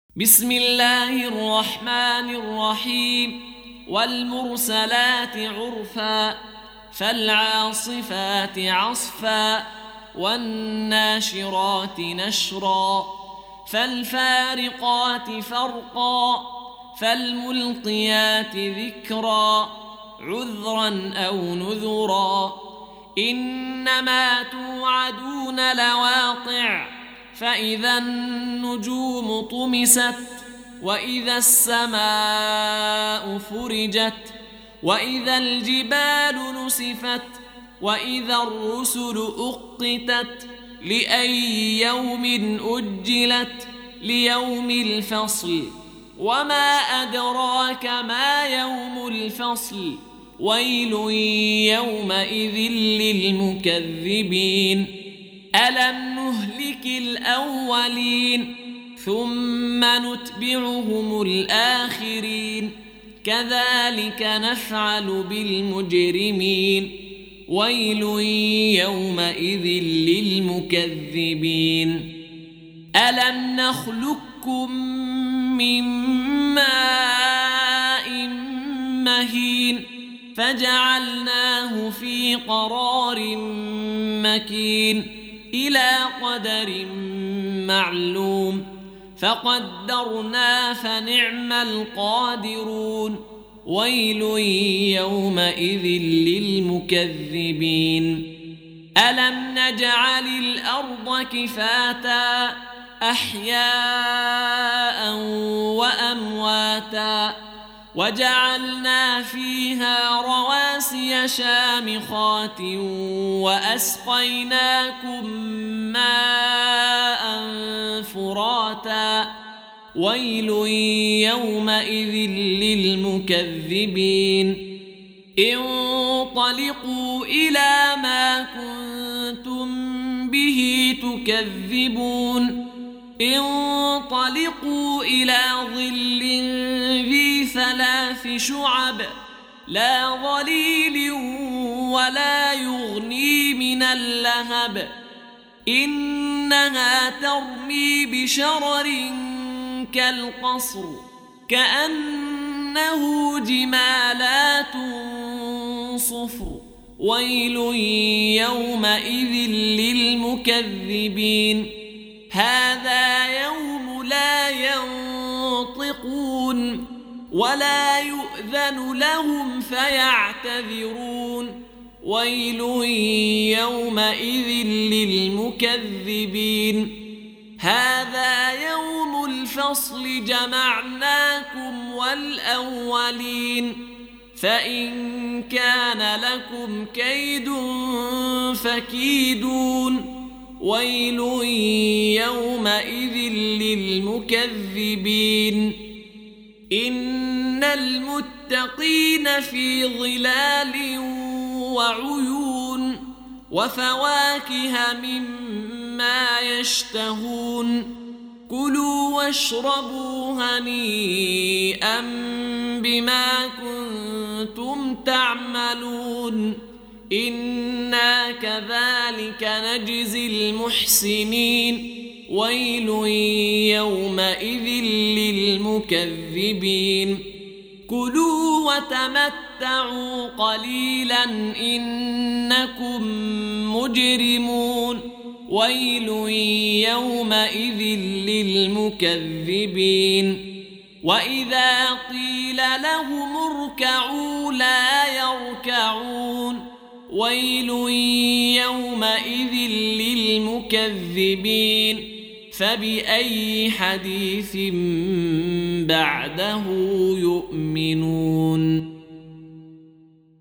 بسم الله الرحمن الرحيم والمرسلات عرفا فالعاصفات عصفا والناشرات نشرا فالفارقات فرقا فالملقيات ذكرا عذرا أو نذرا إنما توعدون لواقع فإذا النجوم طمست وإذا السماء فرجت وإذا الجبال نسفت وإذا الرسل أقتت لأي يوم أجلت ليوم الفصل وما أدراك ما يوم الفصل ويل يومئذ للمكذبين ألم نهلك الأولين ثم نتبعهم الآخرين كذلك نفعل بالمجرمين ويل يومئذ للمكذبين ألم نخلقكم من ماء مهين فجعلناه في قرار مكين إلى قدر معلوم فقدرنا فنعم القادرون ويل يومئذ للمكذبين ألم نجعل الأرض كفاتا أحياء وأمواتا وجعلنا فيها رواسي شامخات وأسقيناكم ماء فراتا ويل يومئذ للمكذبين انطلقوا إلى ما كنتم به تكذبون انطلقوا إلى ظل ذي 3 شعب لا ظليل ولا يغني من اللهب إنها ترمي بشرر كالقصر كأنه جمالات صفر ويل يومئذ للمكذبين هذا يوم لا ينطقون ولا يؤذن لهم فيعتذرون ويل يومئذ للمكذبين هذا يوم الفصل جمعناكم والأولين فإن كان لكم كيد فكيدون ويل يومئذ للمكذبين إن المتقين في ظلال وعيون وفواكه مما يشتهون كلوا واشربوا هنيئا بما كنتم تعملون إنا كذلك نجزي المحسنين ويل يومئذ للمكذبين كلوا وتمتعوا قليلا إنكم مجرمون ويل يومئذ للمكذبين وإذا قيل لهم اركعوا لا يركعون ويل يومئذ للمكذبين فبأي حديث بعده يؤمنون